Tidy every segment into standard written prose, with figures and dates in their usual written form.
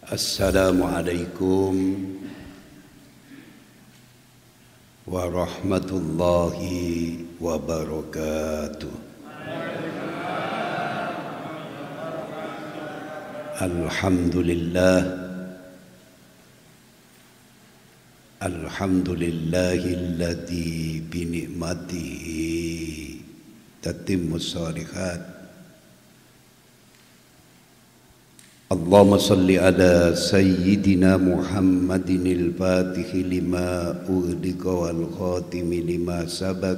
Assalamualaikum warahmatullahi wabarakatuh. Alhamdulillah, alhamdulillahilladzi binikmatihi tatimmus shalihat. Allahumma salli ala sayyidina Muhammadinil Fatihi lima ughliqa wal khatimi lima sabaq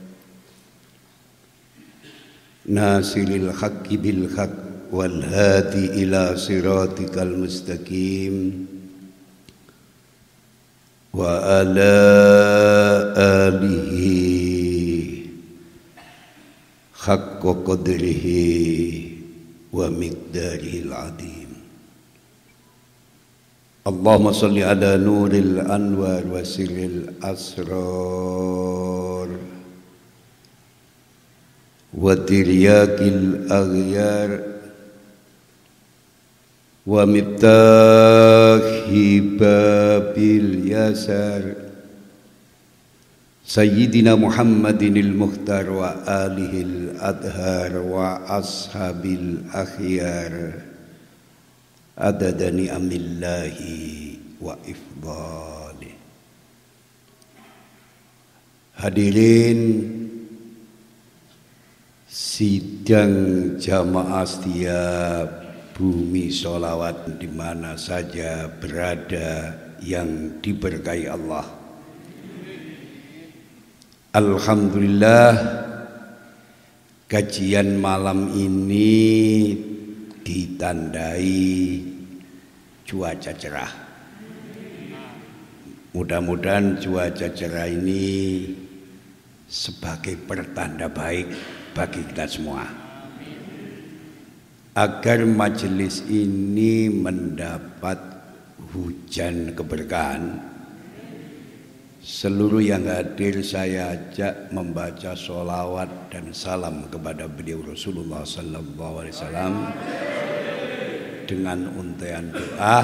nasiril haqqi bil haqq wal hadi ila siratikal mustaqim wa ala alihi haqqa qadrihi wa miqdarihil azim. Allahumma salli ala nuril anwar wa sirril asrar wa tiryakil aghyar wa miftahi babil yasar Sayyidina Muhammadinil Mukhtar wa alihil adhar wa ashabil akhyar adada ni'amillahi wa ifdali. Hadirin sidang jamaah setia bumi sholawat di mana saja berada yang diberkahi Allah. Alhamdulillah, kajian malam ini ditandai cuaca cerah. Mudah-mudahan cuaca cerah ini sebagai pertanda baik bagi kita semua, agar majelis ini mendapat hujan keberkahan. Seluruh yang hadir saya ajak membaca sholawat dan salam kepada beliau Rasulullah Sallallahu Alaihi Wasallam dengan untaian doa.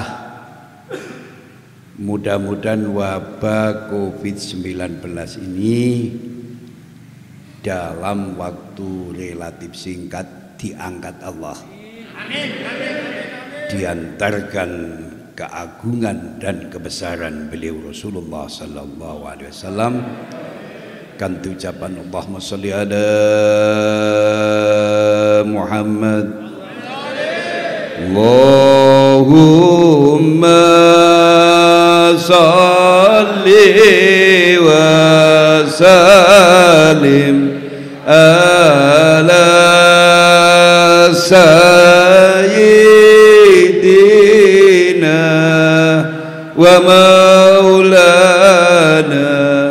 Mudah-mudahan wabah COVID-19 ini dalam waktu relatif singkat diangkat Allah. Diantarkan keagungan dan kebesaran beliau Rasulullah Sallallahu Alaihi Wasallam. Kan ucapan Allahumma sholli ala Muhammad, Allahumma sholli wa sallim ala wa maulana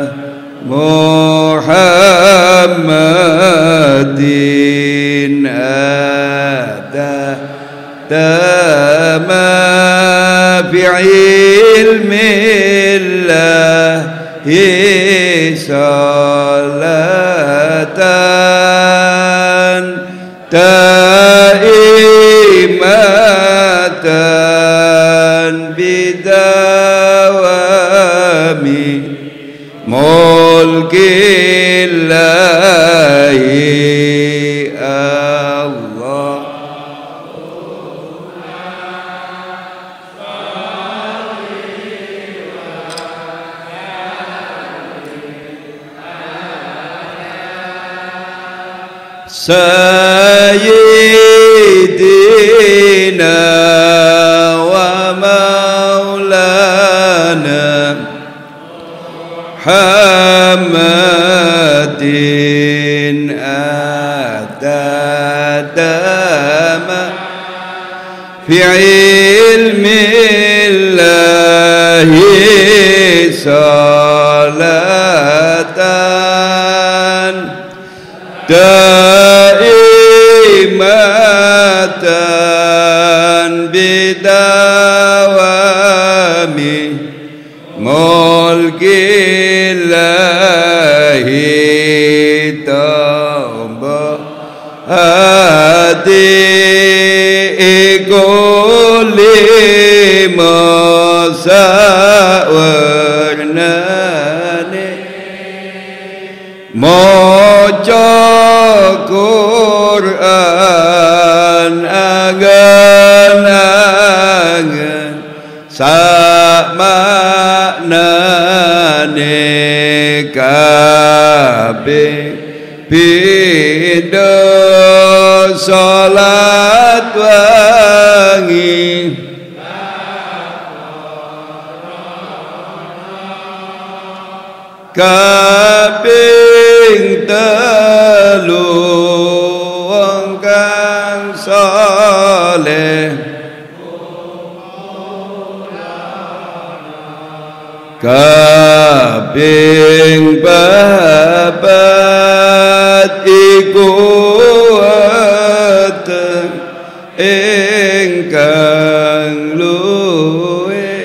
Muhammadin tama bi'ilmillahi salatan taimatan bidawami mulkillahi Allah. Sayyidina wa maulana Muhammadin adadama fi ilmillahi salatan daimatan bidawami mulkillahi tamba hati ikuli sawernane maca Quran angen-angen sak maknane kabeh pindha salat wangi kaping telu wong kang saleh kaping papat iku weteng ingkang luwih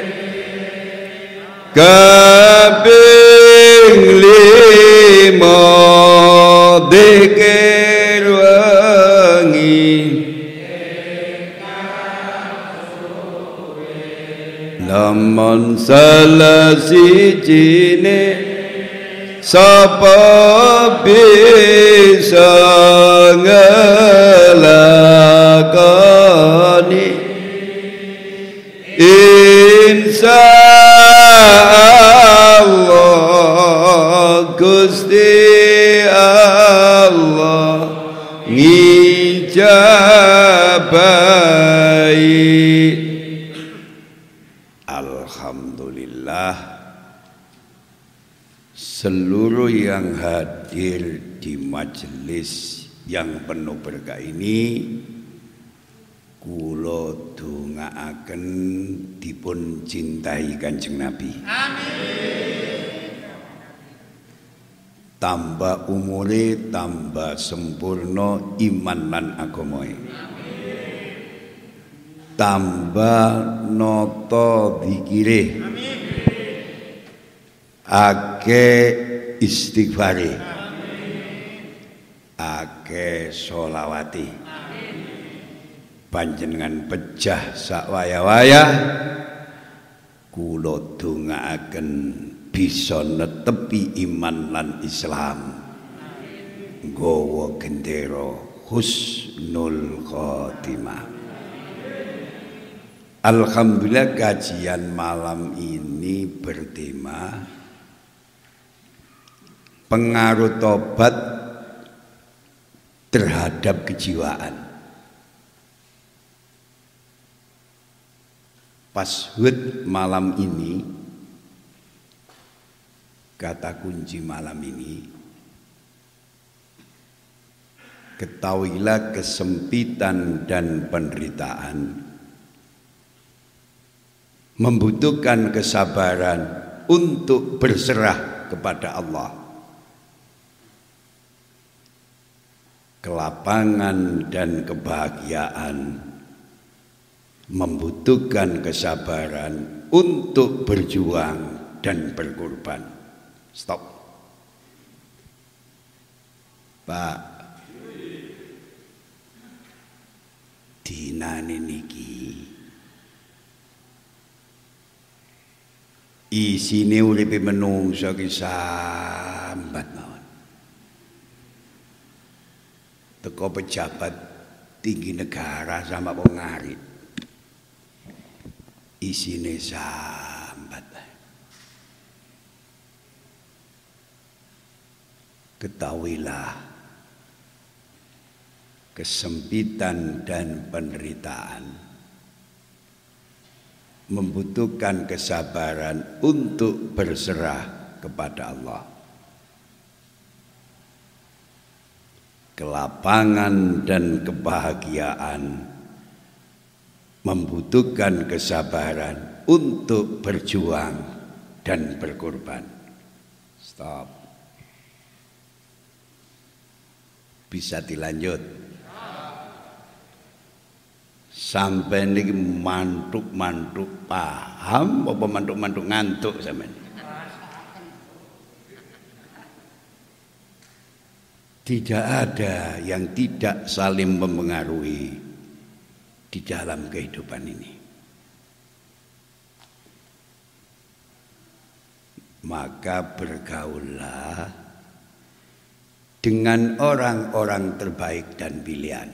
kaping lima dzikir wengi lamun salah sijine sapa bisa ngelakoni insya Allah Gusti Allah ngijabahi. Alhamdulillah, seluruh yang hadir di majelis yang penuh berkah ini kula dongaaken dipun cintai Kanjeng Nabi. Amin. Tambah umure, tambah sempurna iman lan agamae. Tambah noto zikire, akeh istighfare, akeh sholawati, panjenengan pejah sak wayah-wayah kula dongaaken bisa netepi iman lan Islam, nggawa gendera husnul khotimah. Alhamdulillah kajian malam ini bertema pengaruh tobat terhadap kejiwaan. Password malam ini, kata kunci malam ini, ketahuilah kesempitan dan penderitaan membutuhkan kesabaran untuk berserah kepada Allah. Kelapangan dan kebahagiaan membutuhkan kesabaran untuk berjuang dan berkorban. Stop. Pak, dinane niki isine uripe menungsa ki sambat mawon. Teko pejabat tinggi negara sama wong ngarit. Isine sambat. Ketahuilah kesempitan dan penderitaan membutuhkan kesabaran untuk berserah kepada Allah. Kelapangan dan kebahagiaan membutuhkan kesabaran untuk berjuang dan berkorban. Stop. Bisa dilanjut. Sampai niki mantuk-mantuk paham apa mantuk-mantuk ngantuk sampean? Tidak ada yang tidak saling mempengaruhi di dalam kehidupan ini. maka bergaullah dengan orang-orang terbaik dan pilihan.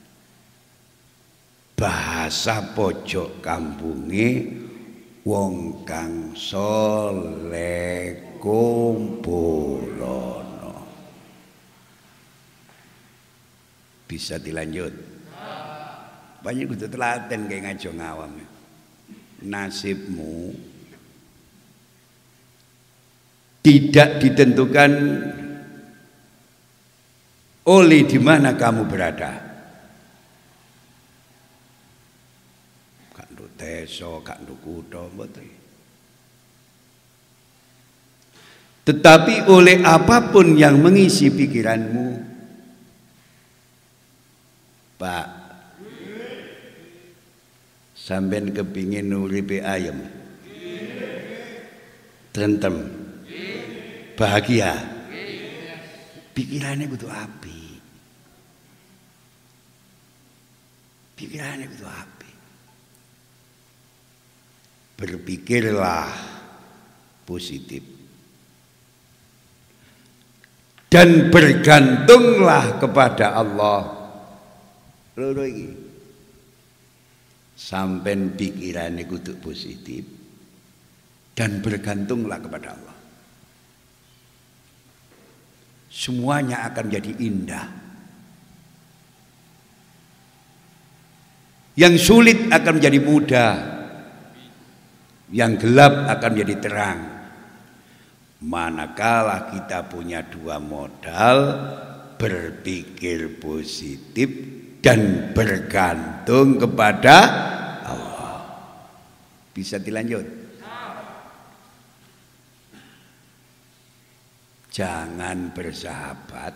Bahasa pojok kampunge wong kang saleh kumpulono. Bisa dilanjut. Banyak kudu telaten kayak ngajo ngawam. Nasibmu tidak ditentukan oleh di mana kamu berada. Kak nduk teso, kak nduk kutha mboten. Tetapi oleh apapun yang mengisi pikiranmu, Pak, sampean kepingin uripe ayem, tentrem, bahagia, pikirannya kudu api, pikirannya kudu api. Berpikirlah positif dan bergantunglah kepada Allah. Loro iki. Sampai pikirannya kudu positif dan bergantunglah kepada Allah. Semuanya akan menjadi indah. Yang sulit akan menjadi mudah. Yang gelap akan menjadi terang. Manakala kita punya dua modal, berpikir positif dan bergantung kepada Allah. Bisa dilanjut? Jangan bersahabat,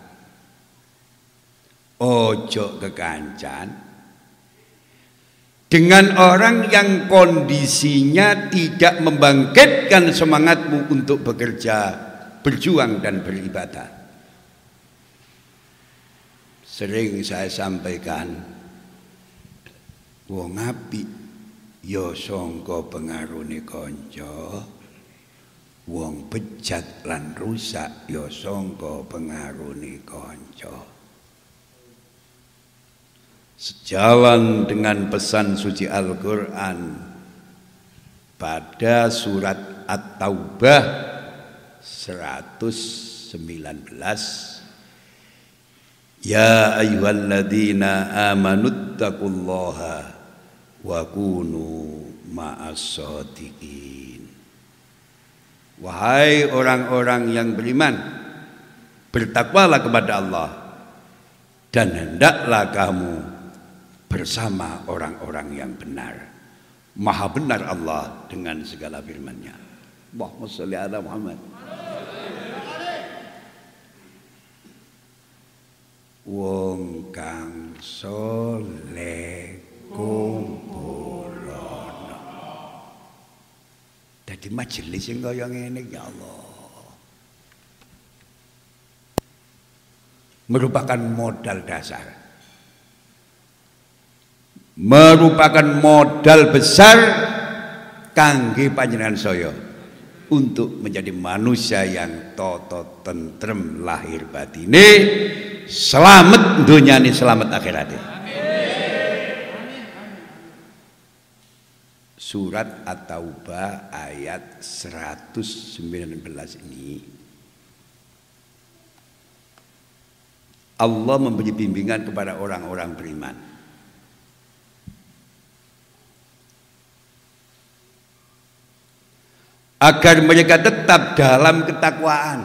ojo kekancan dengan orang yang kondisinya tidak membangkitkan semangatmu untuk bekerja, berjuang dan beribadah. Sering saya sampaikan, wong apik ya sangka pengarune kanca, wong bejat lan rusak ya sangka pengarune kanca. Sejalan dengan pesan suci Al-Quran pada surat At-Taubah 119, ya ayyuhalladzina amanuttaqullaha wa kunu ma'as-shadiqin. Wahai orang-orang yang beriman, bertakwalah kepada Allah dan hendaklah kamu bersama orang-orang yang benar. Maha benar Allah dengan segala firman-Nya. Allahumma sholli ala Muhammad. Wong kang saleh kumpulono. Dadi majelis sing kaya ngene ya Allah, merupakan modal dasar, merupakan modal besar kangge panjenengan saya untuk menjadi manusia yang toto tentrem lahir batine, selamat dunyane, selamat akhiratnya. Surat At-Taubah ayat 119 ini Allah memberi bimbingan kepada orang-orang beriman. Agar mereka tetap dalam ketakwaan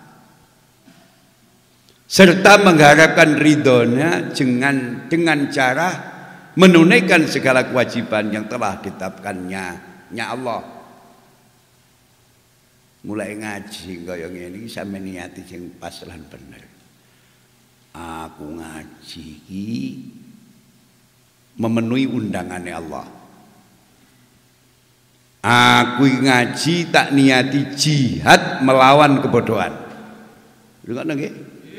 serta mengharapkan ridhonya dengan cara menunaikan segala kewajiban yang telah ditetapkannya Allah. Mulai ngaji kaya ngene iki sampeyan niati sing pas lan bener. Aku ngaji iki memenuhi undangannya Allah. Aku ngaji tak niati jihad melawan kebodohan. Ngono nggih?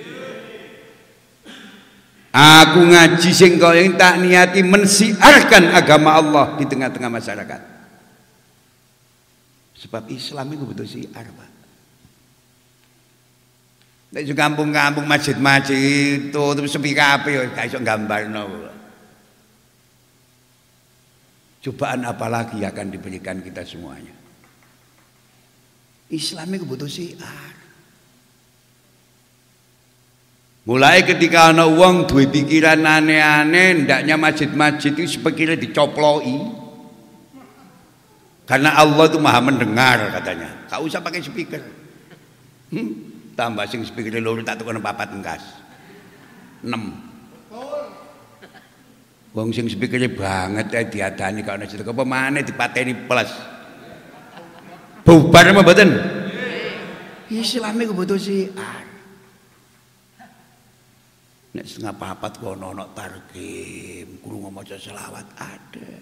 Aku ngaji sing kaya tak niati mensiarkan agama Allah di tengah-tengah masyarakat. Sebab Islam itu butuh siar, Pak. Nek kampung-kampung masjid-masjid terus sepi kabeh gak iso gambarno. Cobaan apalagi akan diberikan kita semuanya. Islam itu butuh syiar. Mulai ketika ana wong duwe pikiran aneh-aneh, ndaknya masjid-masjid itu sepikire dicoploki. Karena Allah itu Maha mendengar katanya. Gak usah pakai speaker. Tambah sing speaker loro tak tukone 4 engkas. 6. Wong sing speakere banget diadani kok ana situ apa maneh dipateni plus. Bubar apa mboten? Islam iku butuh syiar. Nek setengah 4 kok ana tarkim, krungu maca selawat ada.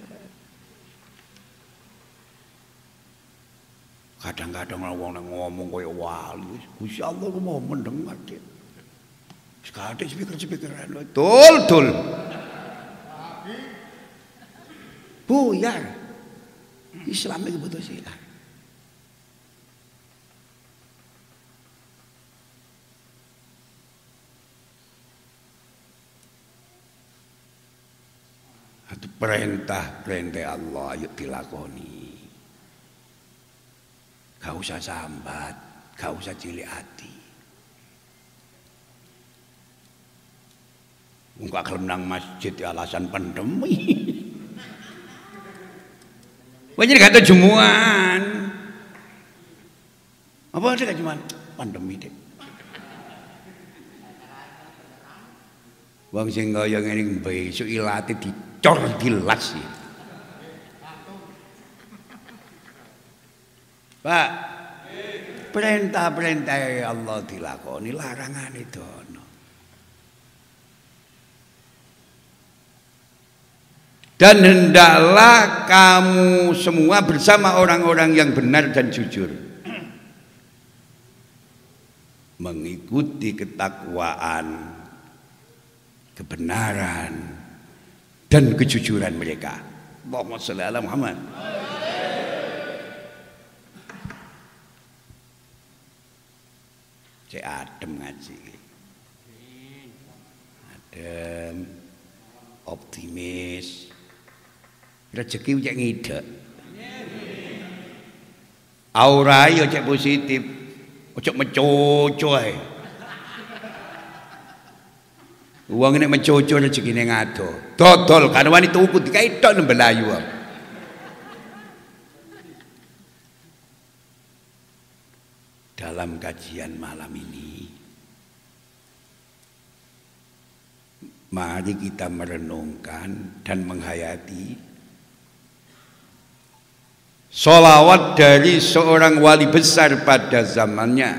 Kadang-kadang wong ngomong kaya wali, Gusti Allah ku mau mendengar dia. Sekali speaker-speakeran dul. Buyar. Islam itu butuh syiar. Itu perintah Allah yuk dilakoni. Gak usah sambat, gak usah cilik hati. Enggak gelem nang masjid alasan pandemi. Wajar kata jemuan. Apa ada jemuan? Pandemi deh. Wong sing kaya ngene besok ilate dicor dilas ya. Pak, perintah-perintah Allah dilakoni, larangan itu. Dan hendaklah kamu semua bersama orang-orang yang benar dan jujur, mengikuti ketakwaan, kebenaran, dan kejujuran mereka. Allahumma sholli ala Muhammad. Cek adem ngaji, adem, optimis, rezeki cek ngidek, aura yo cek positif, ojo mecoco ae. Uang ini mencoco rezeki ini ngado, dodol karena wanita tuku dikai tok nembelayu. Dalam kajian malam ini, mari kita merenungkan dan menghayati sholawat dari seorang wali besar pada zamannya,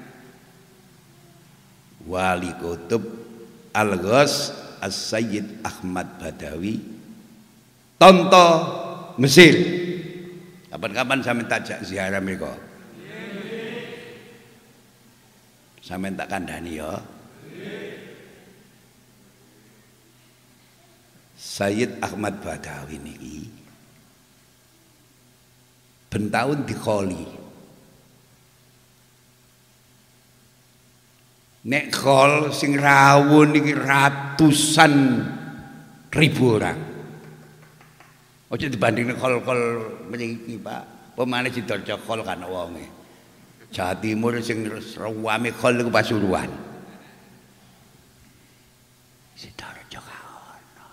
Wali Kutub Al-Ghaus As-Sayyid Ahmad Badawi, Tonto Mesir. Kapan-kapan saya minta ziarah mereka. Sampeyan tak kandhani ya. Sayyid Ahmad Badawi niki ben taun dikholi. Nek khol sing rawuh niki ratusan ribu orang. Ojo dibanding khol-khol mriki, Pak. Pemane Sidoarjo khol kan wonge. Jawa Timur sing rewame khol iku Pasuruan. Sidoarjo kaono.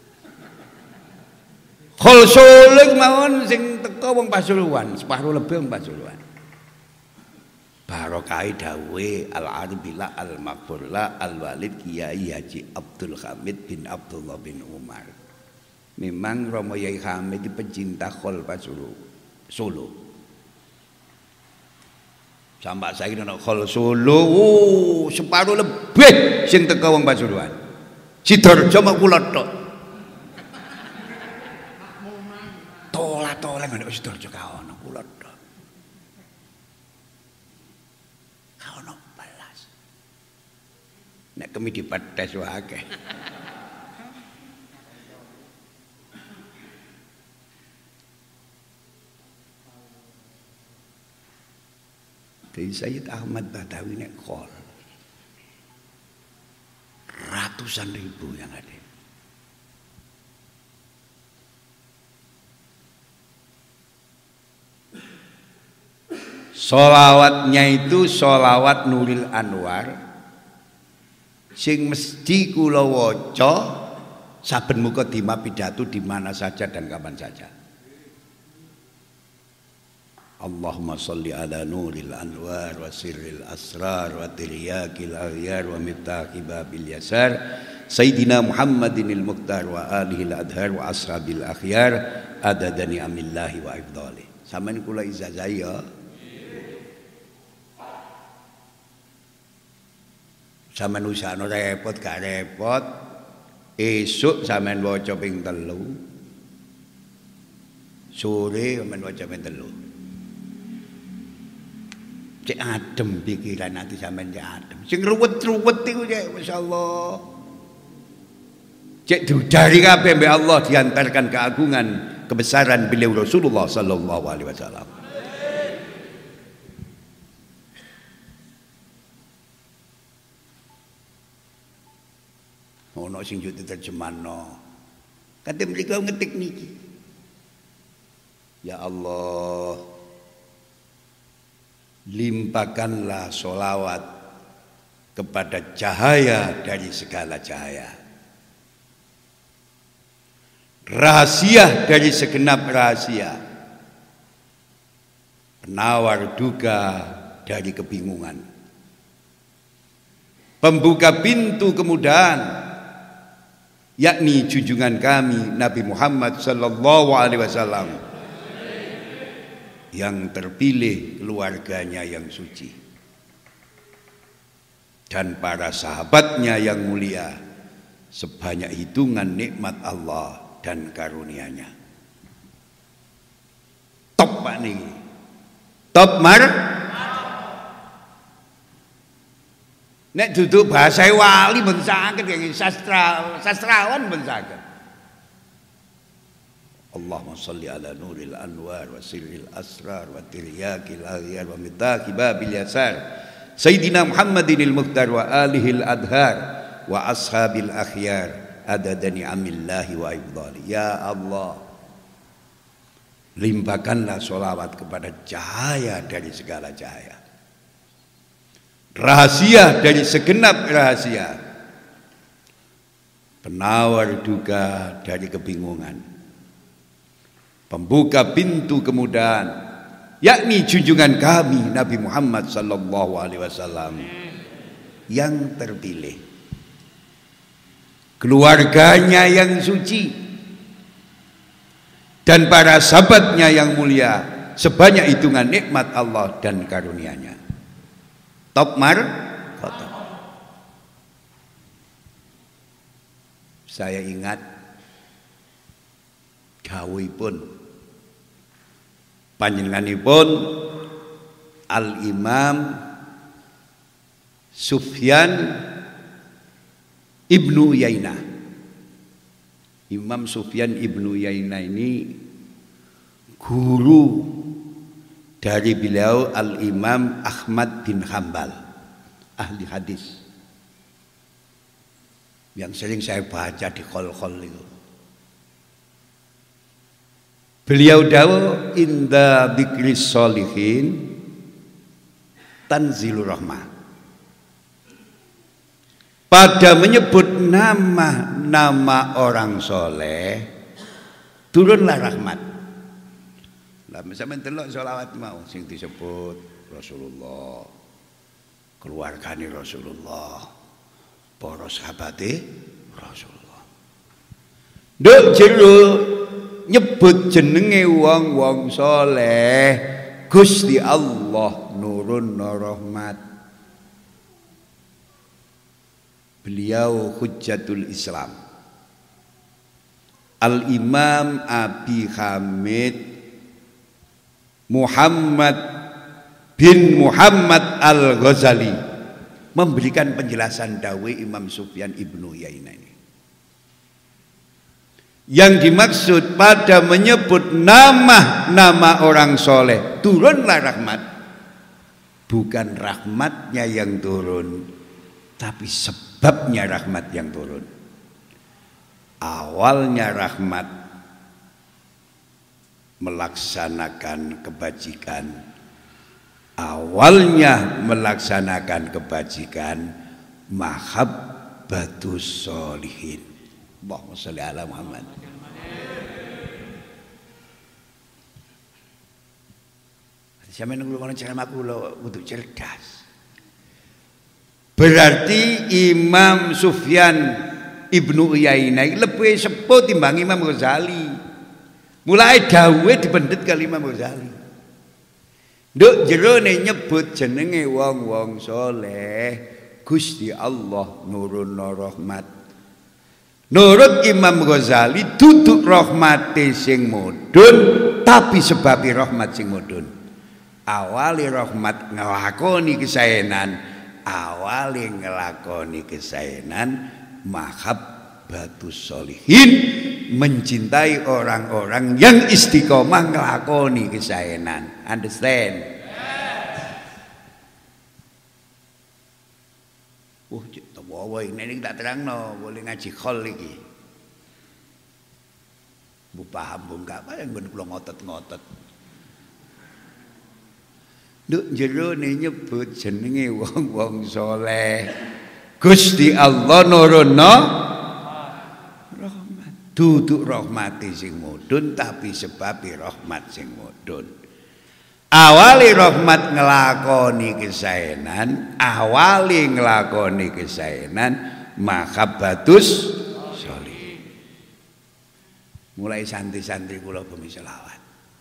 Khol Solo mawon sing teko wong Pasuruan, separuh lebih wong Pasuruan. Barokah dawuhe Al-Arifillah Al-Maghfurlah Al-Walid Kiai Haji Abdul Hamid bin Abdullah bin Umar. Memang Romo Yai Hamid itu pecinta khol Solo. Sampai saya kira khol Solo, separuh lebih sing teko wong Pasuruan. Sidoarjo mak kula tok. Tola-tola nek Sidoarjo kaono kula tok. Kaono belas. Nek kemi dipetes wae akeh. Dari Sayyid Ahmad Badawi nek khol ratusan ribu yang ada. Sholawatnya itu sholawat Nuril Anwar sing mesti kula waca saben mukadimah pidato di mana saja dan kapan saja. Allahumma sholli ala Nuril Anwar wa sirril asrar wa tiryakil aghyar wa miftahil babil yasar Sayyidina Muhammadinil Mukhtar wa alihil adhar wa ashabil akhyar adadani amillahi wa ifdali. Sampeyan kula ijazah ya. Sampeyan usahane repot gak repot. Esuk sampeyan waca ping 3. Sore sampeyan waca ping 3. Cek adem pikiran nanti sampeyan cek adem. Sing ruwet-ruwet iku cek masyaallah. Cek diudari kabeh mbek Allah diantarkan keagungan kebesaran beliau Rasulullah sallallahu alaihi wasallam. Ono sing yo diterjemahno. Kate mriko ngetik niki. Ya Allah, limpahkanlah sholawat kepada cahaya dari segala cahaya, rahasia dari segenap rahasia, penawar duka dari kebingungan, pembuka pintu kemudahan, yakni junjungan kami Nabi Muhammad sallallahu alaihi wasallam yang terpilih, keluarganya yang suci dan para sahabatnya yang mulia sebanyak hitungan nikmat Allah dan karunia-Nya. Top Pak niki. Top mar. Nek duduk bahasa wali ben saged nggih sastrawan ben saged. Allahumma sholli ala Nuril Anwar wa sirril asrar wa tiryakil aghyar wa miftahil babil yasar Sayyidina Muhammadinil Mukhtar wa alihil adhar wa ashabil akhyar adadani amillahi wa ifdali. Ya Allah, limpahkanlah sholawat kepada cahaya dari segala cahaya, rahasia dari segenap rahasia, penawar duka dari kebingungan, pembuka pintu kemudahan, yakni junjungan kami Nabi Muhammad sallallahu alaihi wasallam yang terpilih, keluarganya yang suci dan para sahabatnya yang mulia sebanyak hitungan nikmat Allah dan karunia-Nya. Top mar khotom. Saya ingat gawuhipun panjenenganipun Al-Imam Sufyan Ibnu Uyainah. Imam Sufyan Ibnu Uyainah ini guru dari beliau Al-Imam Ahmad bin Hanbal, ahli hadis yang sering saya baca di khol-khol itu. Beliau dawuh inda dzikris sholihin tanzilur rahmah. Pada menyebut nama orang soleh turunlah rahmat. Lah sampeyan delok selawat mau sing disebut Rasulullah, keluargane Rasulullah, para sahabate Rasulullah. Nduk jero nyebut jenenge wong-wong soleh, Gusti Allah nurunna rahmat. Beliau Hujjatul Islam Al-Imam Abi Hamid Muhammad bin Muhammad Al-Ghazali memberikan penjelasan dawuh Imam Sufyan Ibnu Uyainah ini. Yang dimaksud pada menyebut nama orang soleh turunlah rahmat, bukan rahmatnya yang turun, tapi sebab sebabnya rahmat yang turun. Awalnya rahmat melaksanakan kebajikan, awalnya melaksanakan kebajikan, mahabbatus sholihin. Allahumma sholli ala Muhammad. Sampeyan ngrungokno ceramah kula kudu cerdas. Berarti Imam Sufyan Ibnu Uyainah lebih sepuh timbang Imam Ghazali. Mulai dawuhe dipendet kali Imam Ghazali. Nduk jerone nyebut jenenge wong-wong saleh, Gusti Allah nurunna rahmat. Nurut Imam Ghazali duduk rahmate sing mudhun, tapi sebabi rahmat sing mudhun. Awali rahmat nglakoni kesaenan, awali nglakoni kesaenan mahabbatus sholihin, mencintai orang-orang yang istiqomah nglakoni kesaenan. Understand? Wah, ini tak terangno, boleh ngaji khol iki. Bu paham bu enggak apa yang kula ngotot-ngotot. Nduk jero ne nyebut jenenge wong-wong saleh. Gusti Allah nurunna rahmat. Duduk rahmati sing mudhun tapi sebabi rahmat sing mudhun. Awali rahmat ngelakoni kesaenan, awali ngelakoni kesaenan mahabbatus sholihin. Mulai santri-santri kula bumi selawat.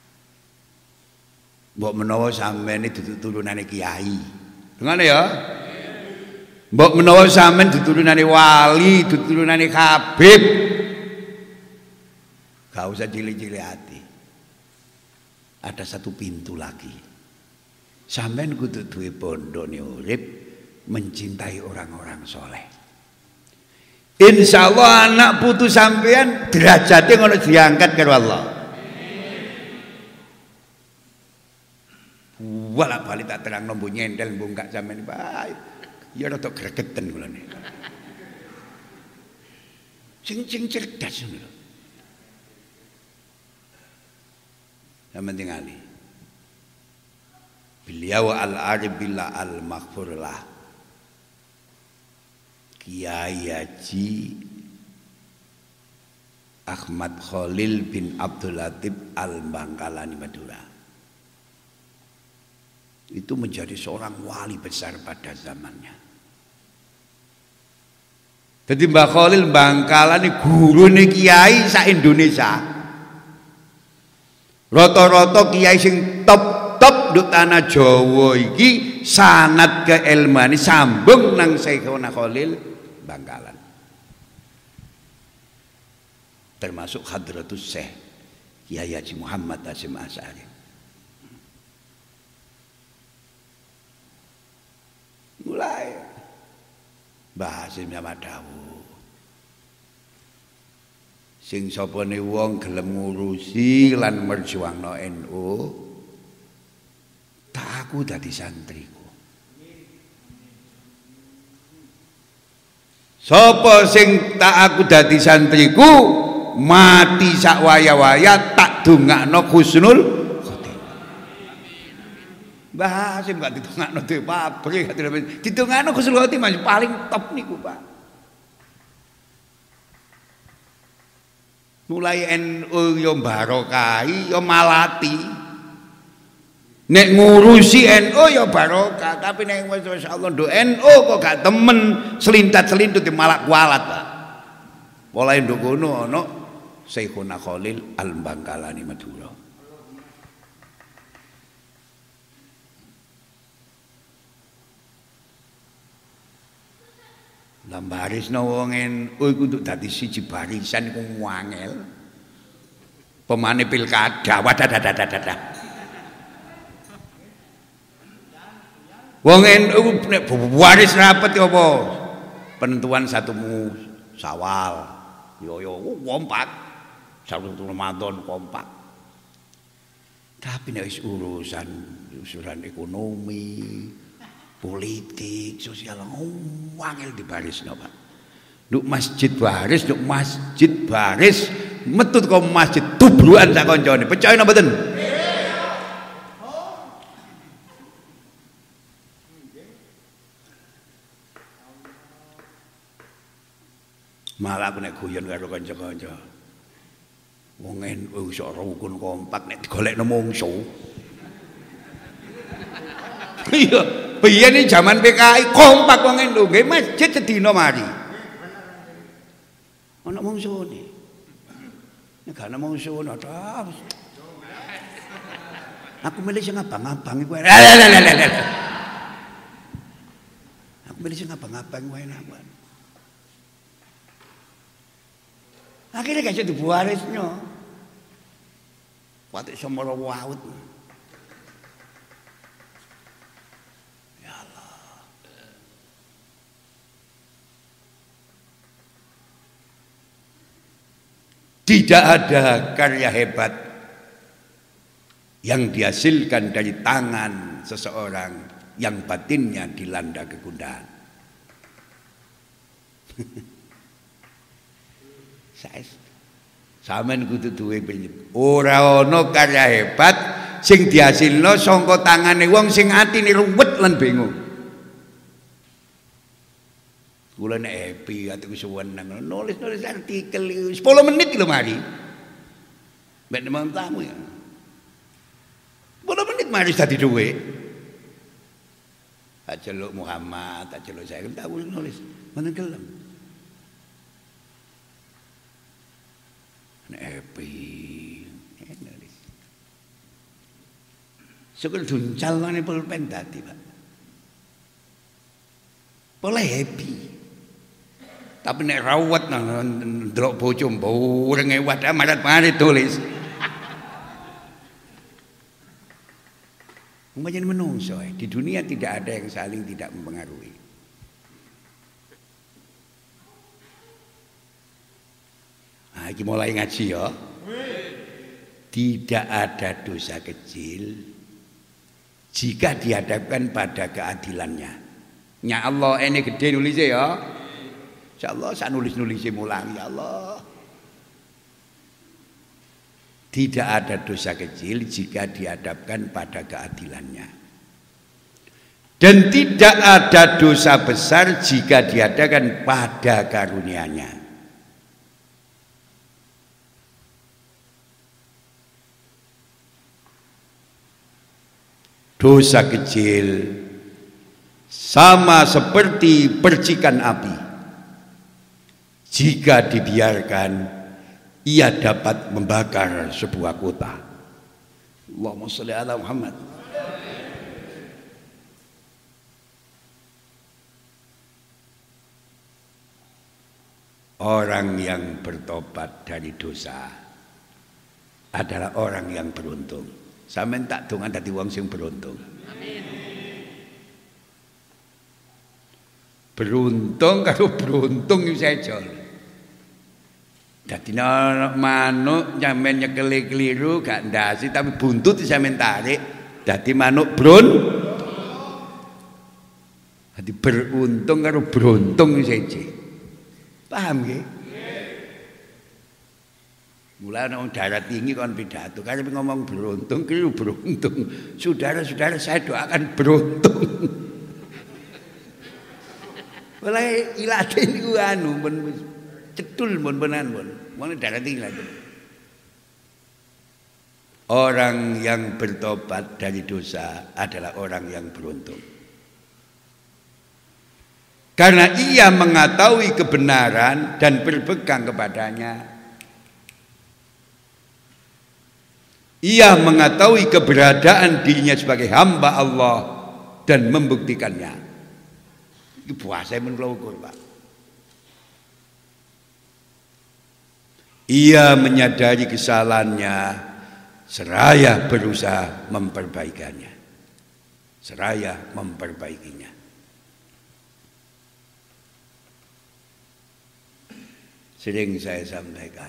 Mbok menawa sampeyan dudu turunane kiai. Ngono ya? Mbok menawa sampeyan dudu turunane wali, dudu turunane habib. Gak usah cilik-cilik hati. Ada satu pintu lagi. Sampeyan kudu duwe pondok urip mencintai orang-orang soleh. Insyaallah anak putu sampeyan derajate ngono diangkat karo Allah. Wala bali tak terang nombo nyendel mbungkak sampeyan bae. Ya rada gregeten kula niku. Sing cerdas ngono. Yang tingali. Beliau al-arif billah al-maghfurlah. Kiai Haji Ahmad Khalil bin Abdul Latif al-Bangkalani Madura. Itu menjadi seorang wali besar pada zamannya. Jadi Mbah Khalil Bangkalani gurune kiai sak Indonesia. Rata-rata kiai sing top nduk tanah Jawa iki sanad keilmuane sambung nang Syekhona Khalil Bangkalan. Termasuk Hadratus Syekh Kiai Haji Muhammad Hasyim Asy'ari. Mulai Mbah Hasyim sama dawuh. Sing sapane wong gelem ngurusi lan merjuangno NU, tak aku dadi santriku. Sapa sing tak aku dadi santriku, mati sak waya-waya tak dongakno husnul khotimah. Mbah Hasyim gak didongakno dhewe pabrik, didongakno husnul khotimah paling top niku, Pak. Mulai NU yo barokahi yo malati. Nek ngurusi NU yo barokah, tapi nek masyaallah nduk NU kok gak temen selintat-selintut malah kualat, Pak. Mulai nduk kono ana Syekhuna Khalil Al-Bangkalani Madura. Lambarisno wong NU iku kudu dadi siji barisan iku ngangel. Pemane pilkada wadadadadadada. Wong NU nek waris rapat apa? Penentuan satu Syawal. Yo kompak. Satu Ramadan kompak. Tapi nek wis urusan ekonomi, politik, sosial, wangil di baris no, Pak. Nuk masjid baris, metut kau masjid tubruan sak koncone. Percaya napa mboten? Malah aku nek guyon karo kanca-kanca. Wong NU iso rukun kompak nek digolekno mungsu. Iya, biyen iki jaman PKI kompak wong NU, nggih masjid sedina mari. Ana mungsune. Nek ana mungsune ta. Aku milih sing abang-abang iku. Aku milih sing abang-abang wae enak. Akhirnya gak jadi warisnya. Waktu semua waut. Ya Allah. Tidak ada karya hebat yang dihasilkan dari tangan seseorang yang batinnya dilanda kegundahan. Sampeyan kudu duwe prinsip. Ora ana karya hebat sing dihasilno saka tangane wong sing atine ruwet lan bingung. Kula nek happy atiku seneng nulis artikel 10 menit lho mari. Mbek nemong tamu ya. 10 menit mari dadi dhuwit. Tak celuk Muhammad, tak celuk saya tak nulis. Mboten gelem. Happy nulis. Syukur duncal ngene pulpen dadi, Pak. Boleh happy. Tapi nek rawat ndelok bojo mbureng wadah marat-marit tulis. Umpamane menungso di dunia tidak ada yang saling tidak mempengaruhi. Nah, ini mulai ngaji ya. Tidak ada dosa kecil jika dihadapkan pada keadilannya. Ya Allah ini gede nulisnya ya. Insyaallah saya nulis-nulisnya mulang ya Allah. Tidak ada dosa kecil jika dihadapkan pada keadilannya. Dan tidak ada dosa besar jika dihadapkan pada karunia-Nya. Dosa kecil sama seperti percikan api. Jika dibiarkan, ia dapat membakar sebuah kota. Allahumma sholli ala Muhammad. Orang yang bertobat dari dosa adalah orang yang beruntung. Sampeyan tak dongan dadi wong sing beruntung. Amin. Beruntung karo beruntung iki sejo. Dadi manuk sampeyan nyekeli kliru gak ndasi tapi buntut sampeyan tarik dadi manuk Dadi beruntung karo beruntung iki seje. Paham nggih? Mulai orang darah tinggi kan pidato, kalau ngomong beruntung, keliru beruntung. Saudara-saudara saya doakan beruntung. Mulai ilatin ku anu, cetul benan. Mana darah tinggi lagi. Orang yang bertobat dari dosa adalah orang yang beruntung. Karena ia mengetahui kebenaran dan berpegang kepadanya. Ia mengetahui keberadaan dirinya sebagai hamba Allah dan membuktikannya. Ini puasa yang mengukur, Pak. Ia menyadari kesalahannya seraya berusaha memperbaikannya. Seraya memperbaikinya. Sering saya sampaikan,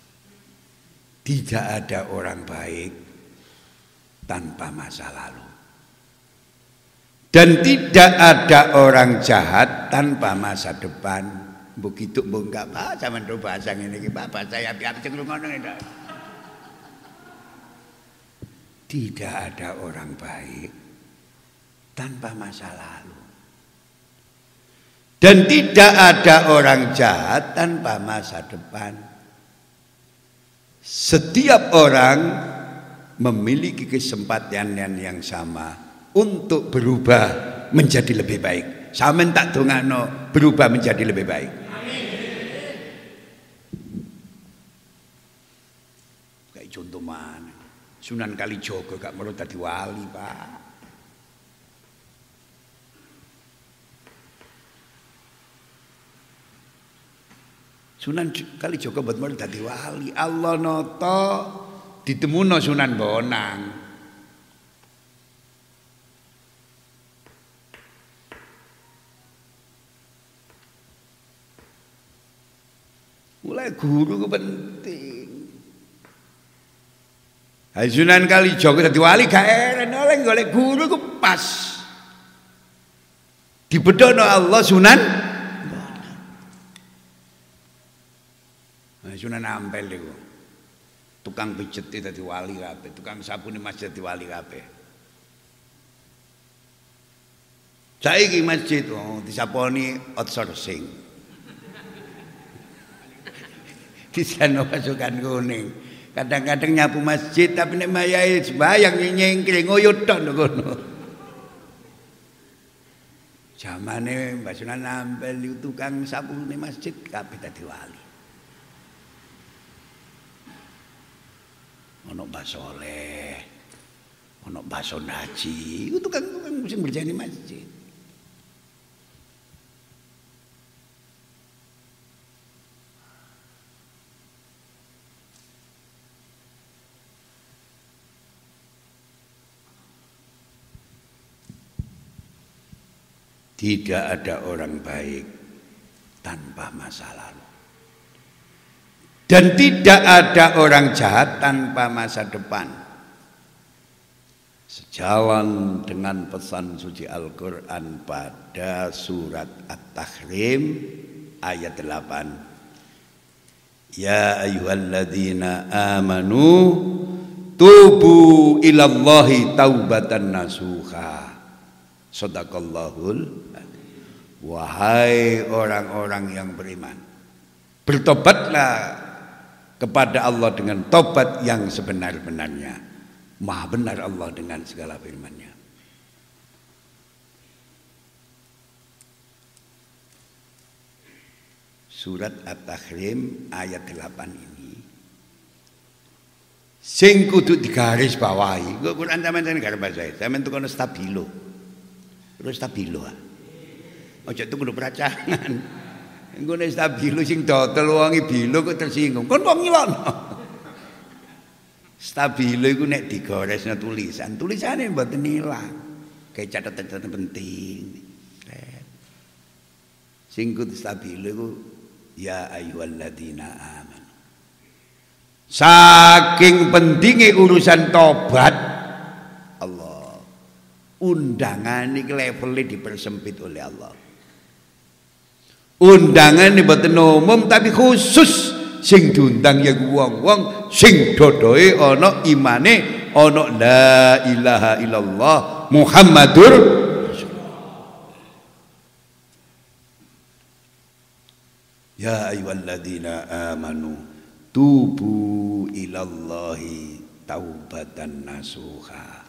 tidak ada orang baik tanpa masa lalu. Dan tidak ada orang jahat tanpa masa depan. Begitu enggak Pak, sampean bahasa ngene iki Pak, bahasa api-api sing ngono iki. Tidak ada orang baik tanpa masa lalu. Dan tidak ada orang jahat tanpa masa depan. Setiap orang memiliki kesempatan yang sama untuk berubah menjadi lebih baik. Sampeyan tak dongakno berubah menjadi lebih baik. Kayak contoh mana? Sunan Kalijaga gak perlu dadi wali, Pak. Sunan Kalijaga mboten perlu dadi wali. Allah nata ditemuno Sunan Bonang. Mulai guru itu penting. Sunan Kalijaga dadi wali gak eren oleh golek guru ku pas. Dibedono Allah Sunan Sunan Ampel iku. Tukang pijet dadi wali kabeh, tukang sapu ning masjid dadi wali kabeh. Saiki masjid disaponi outsourcing. Disano pasukan kuning. Kadang-kadang nyapu masjid tapi nek mayahe sembayang nyengkring ngoyo tok ngono. Zamane Mbah Sunan Ampel itu tukang sapu ning masjid kabeh dadi wali. Ono Mbah Soleh, ono Mbah Sonaji, itu tukang sing berjani masjid. Tidak ada orang baik tanpa masa lalu. Dan tidak ada orang jahat tanpa masa depan. Sejalan dengan pesan suci Al-Quran pada surat At-Tahrim ayat 8. Ya ayyuhalladzina amanu tubu ilallahi taubatan nasuha. Shadaqallahul. Wahai orang-orang yang beriman, bertobatlah kepada Allah dengan tobat yang sebenar-benarnya. Maha benar Allah dengan segala firman-Nya. Surat At-Tahrim ayat 8 ini sing kudu digaris bawahi. Kok Quran sampeyan garis bawahi. Sampeyan tukono stabilo. Terus stabilo. Ojo tuku peracangan. Engko nek stabilo sing dodol wong bilo kok tersinggung. Kon kok ngilono. Stabilo iku nek digoresno tulisan, tulisane mboten ilang. Kayak catatan-catatan penting. Sing kudu stabilo iku ya ayyuhalladzina amanu. Saking pentinge urusan tobat Allah. Undangan iki levelnya dipersempit oleh Allah. Undangan ini mboten umum tapi khusus sing diundang ya wong-wong sing dodoe ana imane ana la ilaha illallah Muhammadur Rasulullah. Ya ayyuhalladzina amanu tubu ilallahi taubatan nasuha.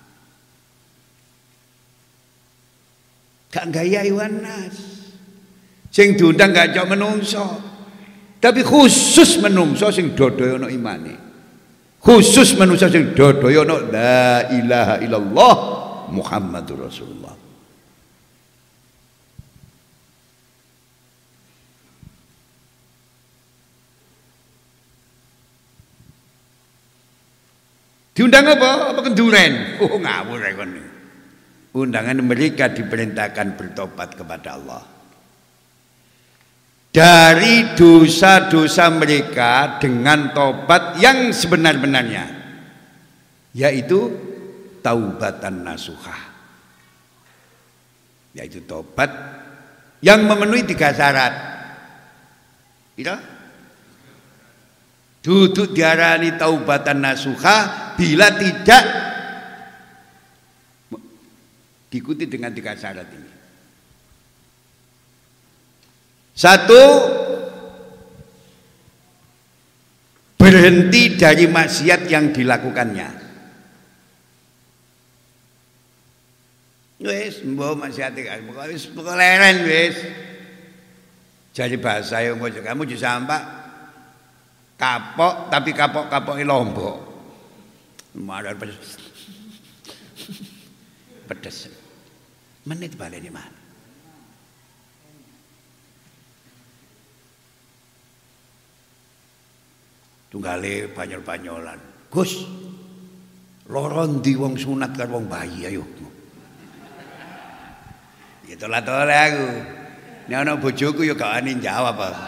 Gak gaya Yohanes. Sing diundang gak cok menungso, tapi khusus menungso sing dodoyo ana imane. Khusus menungso sing dodoyo ana la ilaha illallah Muhammadur Rasulullah. Diundang apa? Apa kenduren? Oh ngawur kon. Undangan mereka diperintahkan bertobat kepada Allah. Dari dosa-dosa mereka dengan tobat yang sebenar-benarnya, yaitu taubatan nasuha. yaitu tobat yang memenuhi 3 syarat. Gitu? Duduk diarani taubatan nasuha bila tidak diikuti dengan 3 syarat ini. 1, berhenti dari maksiat yang dilakukannya. Wis mbok maksiat wis leren wis. Jadi bahasa yang kamu disampak kapok tapi kapok-kapoke lombok. Marah pedes. Pedes. Menit baleni mana? Tunggale banyol-banyolan. Gus, loro ndi wong sunat karo wong bayi ayo. Ya tolak-tolak aku. Nek ana bojoku ya gak wani jawab aku.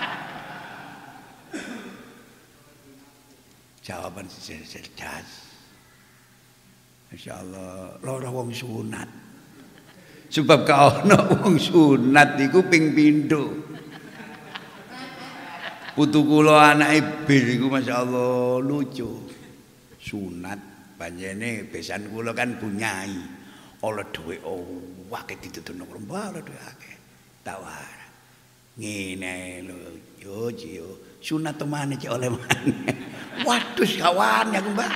Jawaban cerdas. Masyaallah, loro wong sunat. Sebab gak ana wong sunat iku ping pindho. Putu kula anake bir iku masyaallah lucu. Sunat panjene besan kula kan bunyai. Oleh dhuwit akeh dituturno lembah oleh dhuwit akeh. Tawar. Ngene lho, yo sunat temane cek oleh maneh. Waduh kawan aku, Mbak.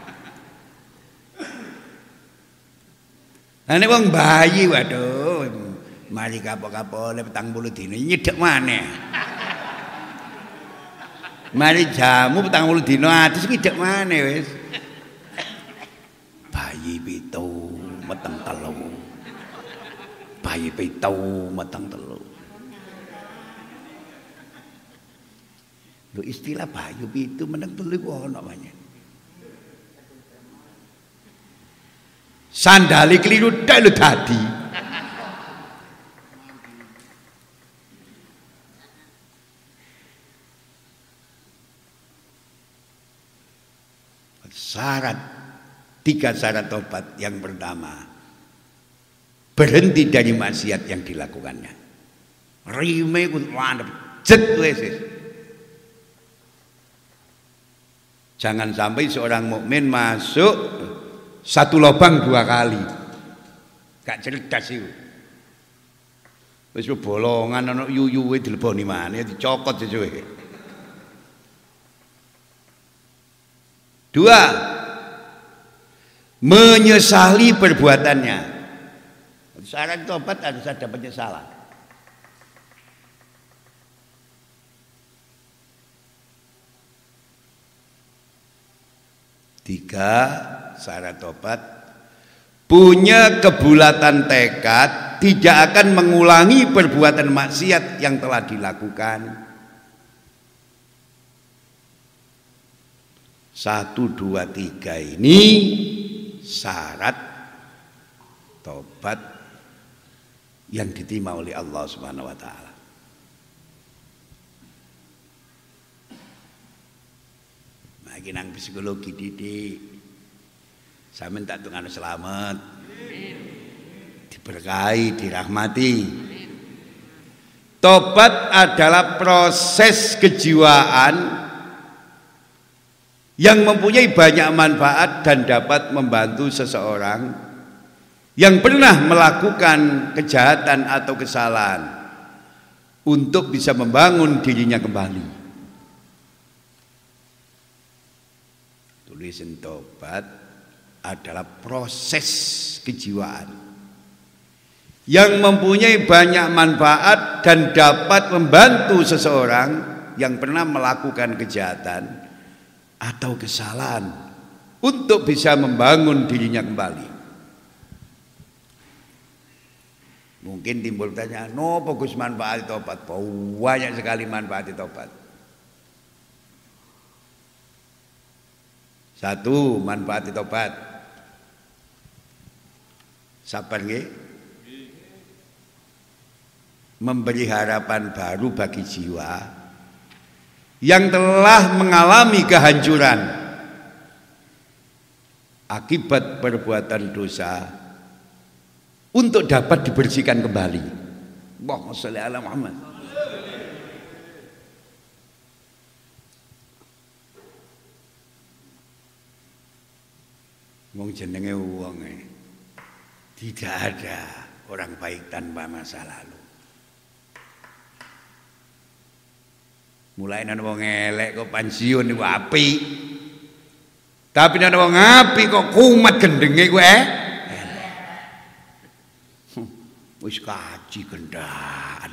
Ane wong bayi waduh, mari kapok-kapok 40 dina nyedhek maneh. Mari jamu 40 dina atus ngidek maneh wis. Bayi pitu meteng telu. Bayi pitu meteng telu. Lho istilah bayi pitu meteng telu iku ana banyak. Sandali keliru tek lho dadi. Syarat 3 syarat tobat. Yang pertama, berhenti dari maksiat yang dilakukannya. Rime ku landep jet wis. Jangan sampai seorang mukmin masuk 1 lubang 2 kali. Gak cerdas itu. Wis bolongan ana yuyuwe dileboni maneh dicokot sesuwe. 2, menyesali perbuatannya. Syarat tobat harus ada penyesalan. 3, syarat tobat punya kebulatan tekad tidak akan mengulangi perbuatan maksiat yang telah dilakukan. 1, 2, 3 ini syarat tobat yang diterima oleh Allah Subhanahu wa taala. Lagi nang psikologi didik. Sampeyan tak tungane selamat. Diberkahi, dirahmati. Tobat adalah proses kejiwaan yang mempunyai banyak manfaat dan dapat membantu seseorang yang pernah melakukan kejahatan atau kesalahan untuk bisa membangun dirinya kembali. Tulisan tobat adalah proses kejiwaan yang mempunyai banyak manfaat dan dapat membantu seseorang yang pernah melakukan kejahatan atau kesalahan untuk bisa membangun dirinya kembali. Mungkin timbul pertanyaan, no fokus manfaat tobat. Banyak sekali manfaat tobat. 1, manfaat tobat. Sabar nggih? Memberi harapan baru bagi jiwa yang telah mengalami kehancuran akibat perbuatan dosa untuk dapat dibersihkan kembali. Allahumma sholli ala Muhammad. Wong jenenge wong tidak ada orang baik tanpa masa lalu. Mulai nang wong elek kok pensiun niku apik. Tapi nang wong apik kok kumat gendenge kuwi wis kaji gendaan.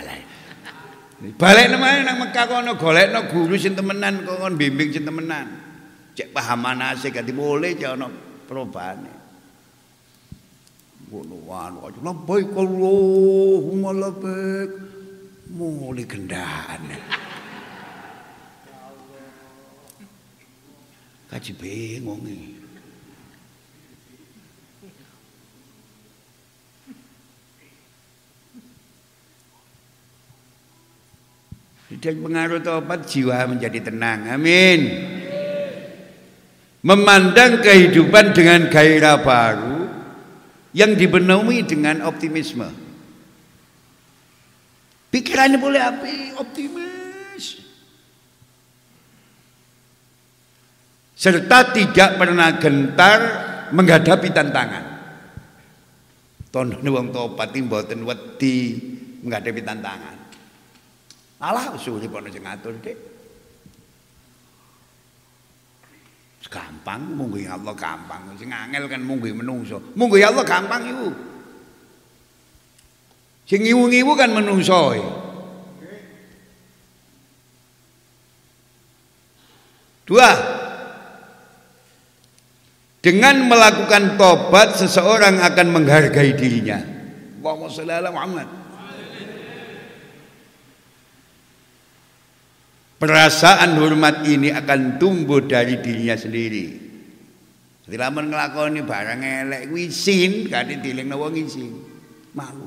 Balik nemane nang Mekah kono golekno guru sing temenan kon bimbing sing temenan. Cek paham manase ganti boleh cek ana perobane. Ngono wae labbaik Allahumma labbaik. Mulai gendaan. Kaji bingung iki. Tidak pengaruh tobat jiwa menjadi tenang. Amin. Memandang kehidupan dengan gairah baru yang dipenuhi dengan optimisme. Pikirannya boleh api, optimis. Serta tidak pernah gentar menghadapi tantangan. Tondone wong tobat iki mboten wedi menghadapi tantangan. Alah usule pono sing ngatur, Dik. Gampang mungguhi Allah gampang. Sing angel kan mungguhi menungso. Mungguhi Allah gampang iku. Sing ngiwu-ngiwu kan menungso. Dua, dengan melakukan tobat seseorang akan menghargai dirinya. Allahumma sholli ala Muhammad. Perasaan hormat ini akan tumbuh dari dirinya sendiri. Setelah nglakoni barang elek kuwi isin, kadhe dilingno wong isin. Malu.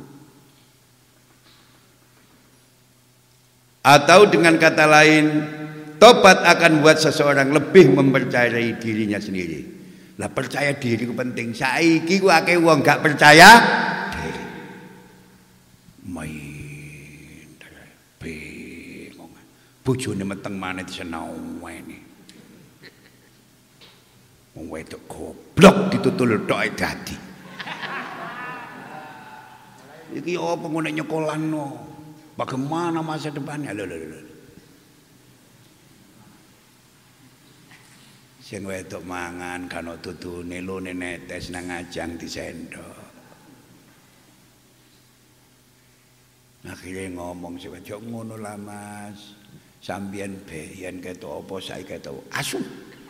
Atau dengan kata lain, tobat akan buat seseorang lebih mempercayai dirinya sendiri. Lah percaya diri ku penting. Saiki ku akeh wong gak percaya diri. Bojone meteng maneh disenau ngene. Wong wedok goblok ditutul tok dadi. Iki apa ngene nyekolano? Bagaimana masa depannya? Lho. Sing wedok mangan kan tutune lone netes nang ajang disendok. Akhirnya ngomong sing wedok ngono lah Mas. Sambian beyan ketok apa saiki ketok asu.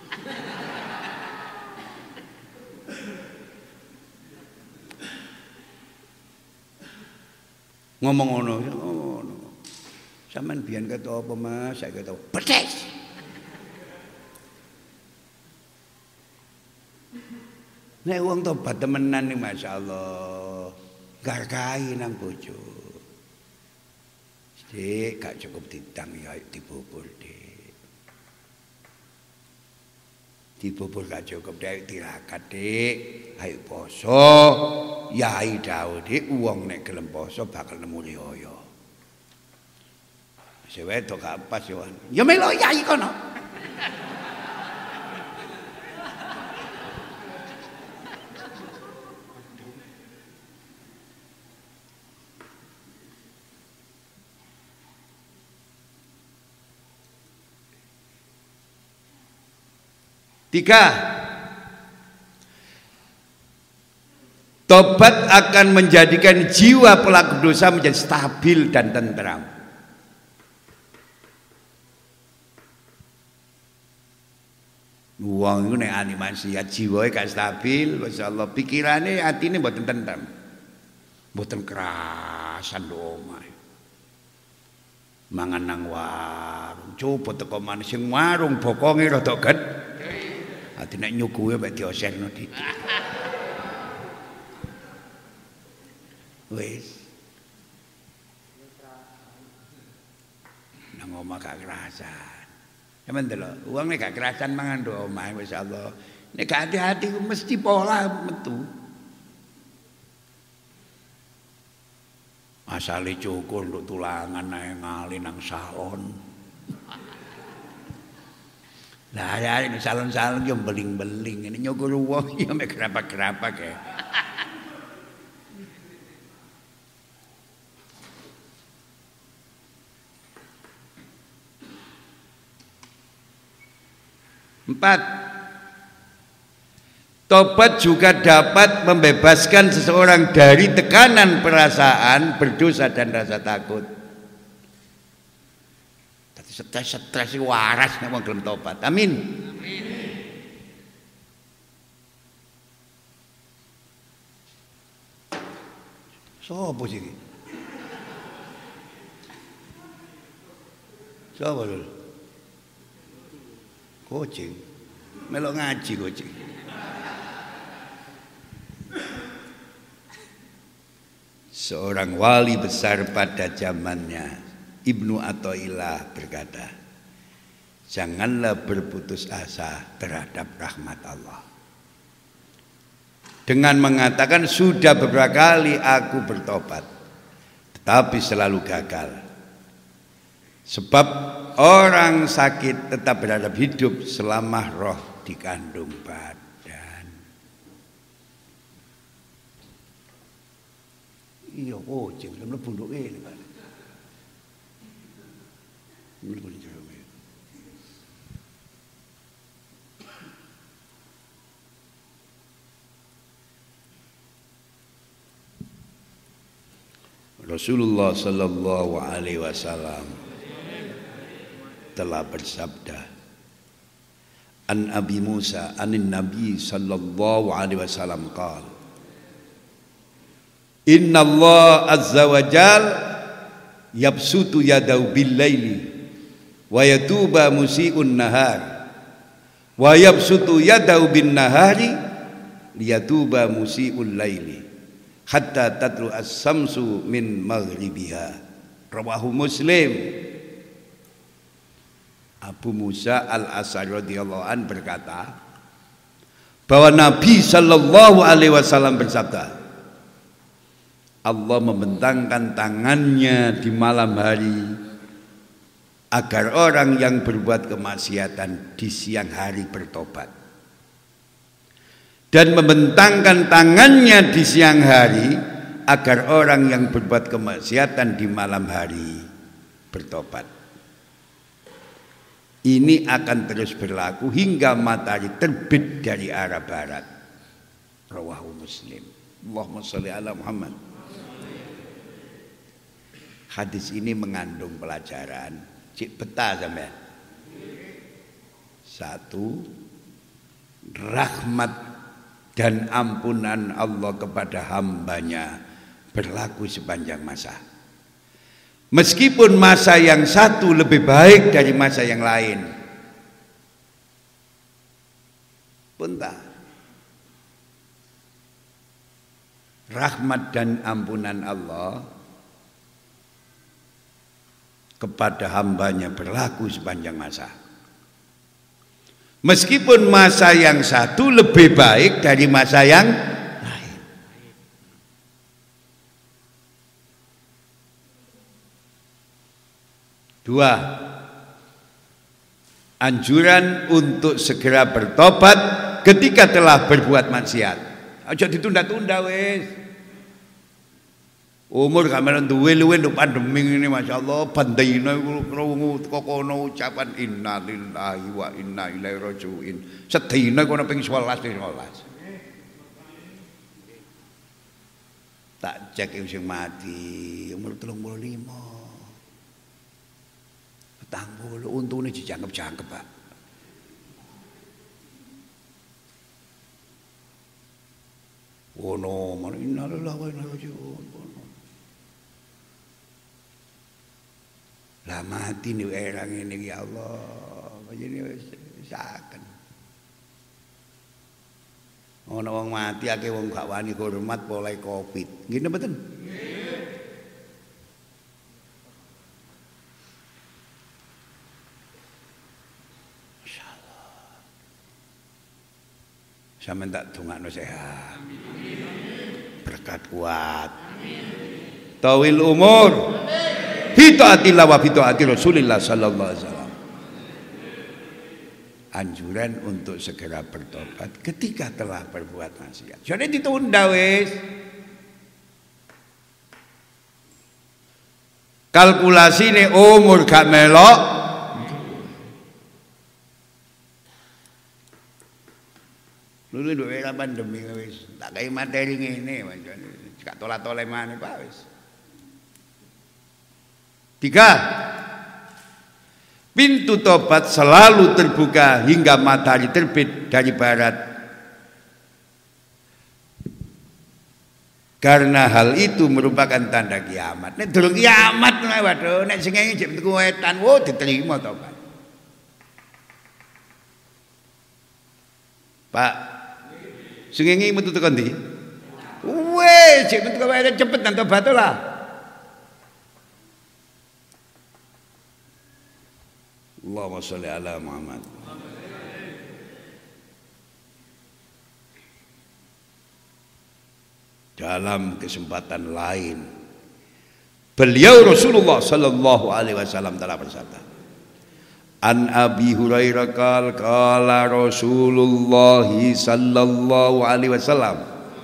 Ngomong ngono. Sampeyan biyen ketok apa Mas? Saiki ketok bedes. Nek wong tobat temenan nih masyaallah. Gargai nang bojo. Dik, gak cukup ditang ya dibubur, Dik. Dibubur gak cukup, Dik, tirakat, Dik. Ayo poso. Ya ayo dawuh, Dik, wong nek gelem poso bakal nemu riyaya. Sewedok gak pas yo. Ya melo yai kono. Tiga, tobat akan menjadikan jiwa pelaku dosa menjadi stabil dan tentram. Wong iku nek animasi ya jiwae gak stabil, masyaallah pikirane atine mboten tentram. Mboten kerasan omah. Mangan nang warung, coba teko maneh sing warung bokonge rada gedhe. Ati nek nyuguhe mek dioserno didik. Wis. Nang omah gak kerasan. Sampeyan delok, wong nek gak kerasan mangan do omah masyaallah. Nek gak hati-hati mesti pola metu. asale cukur untuk tulangan ae ngali nang salon. Lah ya ini salon-salon yo beling-beling ini nyukur wong yo mek gerabak-gerabak ya. Empat, tobat juga dapat membebaskan seseorang dari tekanan perasaan berdosa dan rasa takut. Tapi stres waras nek wong gelem tobat. Amin. Sopo sih? Sopo lho? Kucing, melok ngaji kucing. Seorang wali besar pada zamannya, Ibnu Athaillah berkata, janganlah berputus asa terhadap rahmat Allah. Dengan mengatakan sudah beberapa kali aku bertobat, tetapi selalu gagal. Sebab orang sakit tetap berharap hidup selama roh dikandung badan. Iya kucing, mlebu nduk kene, Pak. Mlebu nduk. Rasulullah sallallahu alaihi wasallam telah bersabda, an Abi Musa anin Nabi sallallahu alaihi wasallam qala, inna Allah azza wa jal yabsutu yadahu bil laili wa yatuba musii'un nahar wa yabsutu yadahu bin nahari liyatuba musii'ul laili hatta tatlu as-samsu min maghribiha. Rawahu Muslim. Abu Musa al-Asy'ari radhiyallahu an berkata bahwa Nabi sallallahu alaihi wasallam bersabda, Allah membentangkan tangannya di malam hari agar orang yang berbuat kemaksiatan di siang hari bertobat, dan membentangkan tangannya di siang hari agar orang yang berbuat kemaksiatan di malam hari bertobat. Ini akan terus berlaku hingga matahari terbit dari arah barat. Rawahu Muslim. Allahumma sholli ala Muhammad. Hadis ini mengandung pelajaran. Cik betah sampean. Satu, rahmat dan ampunan Allah kepada hambanya berlaku sepanjang masa. Meskipun masa yang satu lebih baik dari masa yang lain, Punta. Rahmat dan ampunan Allah kepada hambanya berlaku sepanjang masa. Meskipun masa yang satu lebih baik dari masa yang lain. Dua, anjuran untuk segera bertobat ketika telah berbuat maksiat. Aja ditunda-tunda wis. Umur kameran duwe luwe nduk pandemi ini masyaallah bandaina krungu kokono ucapan innalillahi wa inna ilaihi raji'un. Sedina kono ping 11 ping 11. Tak cek sing mati umur 35. Petang untune dijangkep-jangkep, Pak. Wono man innalillahi wa inna ilaihi raji'un. Lah mati nih era ini ya Allah, jadi saken. Ono wong mati akeh wong gak wani hormat mulai Covid. Ngene mboten? Masyaallah. Sampeyan tak dongakno sehat. Berkat kuat. tawil umur, fi taatillah wa fi taati Rasulillah sallallahu alaihi wasallam. Anjuran untuk segera bertobat ketika telah berbuat maksiat. Jadi ditunda wis. Kalkulasine umur gak melok. Lulu duwe era pandemi wis, tak kaya materi ngene pancen. Gak tolak-tolak maneh Pak wis. 3. Pintu tobat selalu terbuka hingga matahari terbit dari barat. Karena hal itu merupakan tanda kiamat. Nek durung kiamat waduh, nek sing ngene jek metu wetan, wo diterima tobat. Pak, sing ngene metu tekan ndi? Wes, jek metu wetan cepet nang tobat lah. Allahumma sholli ala Muhammad. Dalam kesempatan lain, beliau Rasulullah sallallahu alaihi wasallam telah bersabda, An Abi Hurairah qala Rasulullah sallallahu alaihi wasallam,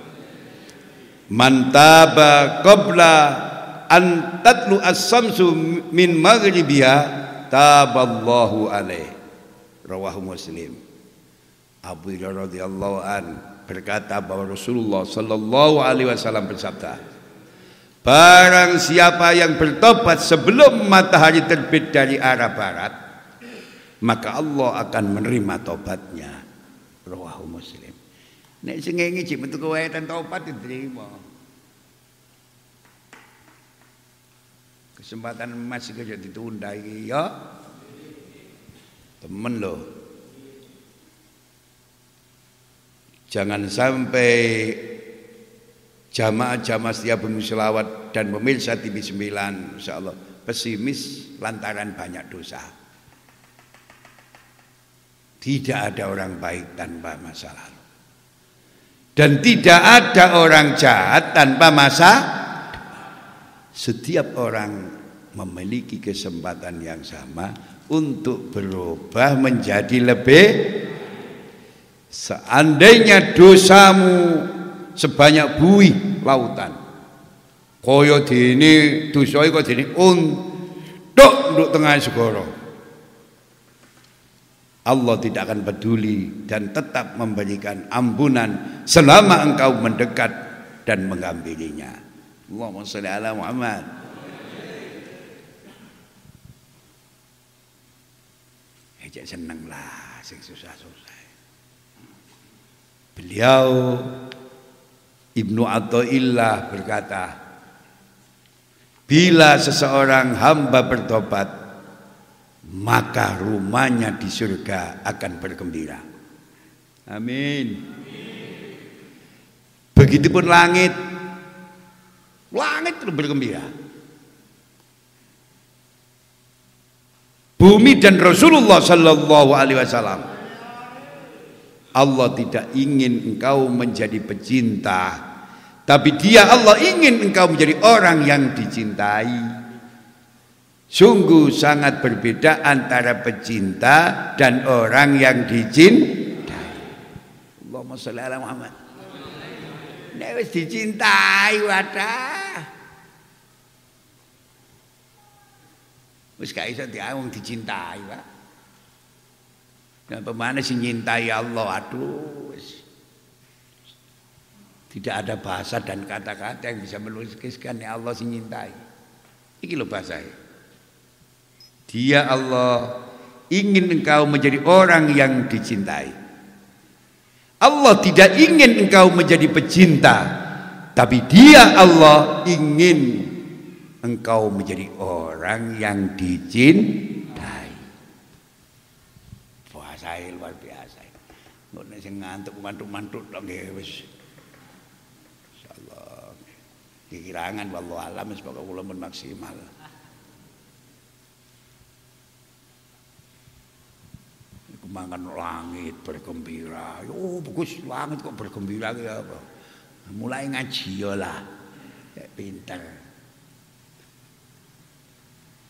man taba qabla an tatlu as-samsu min maghribiha taballahu alaihi. Rawahu Muslim. Abu Hurairah radhiyallahu an berkata bahwa Rasulullah sallallahu alaihi wasallam bersabda, barang siapa yang bertobat sebelum matahari terbit dari arah barat, maka Allah akan menerima tobatnya. Rawahu Muslim. Nek sing ngene iki metu kewetan tobat diterima. Kesempatan emas iki aja ditunda iki ya. Temen loh. Jangan sampai jamaah-jamaah setiap bermusholawat dan pemirsa TV 9 insyaallah pesimis lantaran banyak dosa. Tidak ada orang baik tanpa masa lalu. Dan tidak ada orang jahat tanpa masa depan. Setiap orang memiliki kesempatan yang sama untuk berubah menjadi lebih. Seandainya dosamu sebanyak buih lautan, kaya dene dosae kaya dene untuk tengah segara, Allah tidak akan peduli dan tetap memberikan ampunan selama engkau mendekat dan menghampirinya. Allahumma sholli ala Muhammad. Ejek seneng lah sing susah-susah. Beliau Ibnu Athaillah berkata, bila seseorang hamba bertobat, maka rumahnya di surga akan bergembira. Amin. Begitupun langit terus bergembira. Bumi dan Rasulullah sallallahu alaihi wasallam, Allah tidak ingin engkau menjadi pecinta, tapi Allah ingin engkau menjadi orang yang dicintai. Sungguh sangat berbeda antara pecinta dan orang yang dicintai. Allahumma sholli ala Muhammad. Nek wis dicintai wadah. Wis gak iso diawung dicintai, Pak. Dan pemana sih nyintai Allah, aduh, tidak ada bahasa dan kata-kata yang bisa melukiskan ya Allah sih nyintai. Iki loh bahasanya. Dia Allah ingin engkau menjadi orang yang dicintai. Allah tidak ingin engkau menjadi pecinta, tapi Dia Allah ingin engkau menjadi orang yang dicintai. Saya luar biasa. Ngono sing ngantuk mantuk-mantuk tok nggih wis. Insyaallah. Kirangan wallahu alam wis pokoke kula mun maksimal. Iku mangan langit bergembira. Oh, bagus langit kok bergembira ki apa? Mulai ngaji yo lah. Pinter.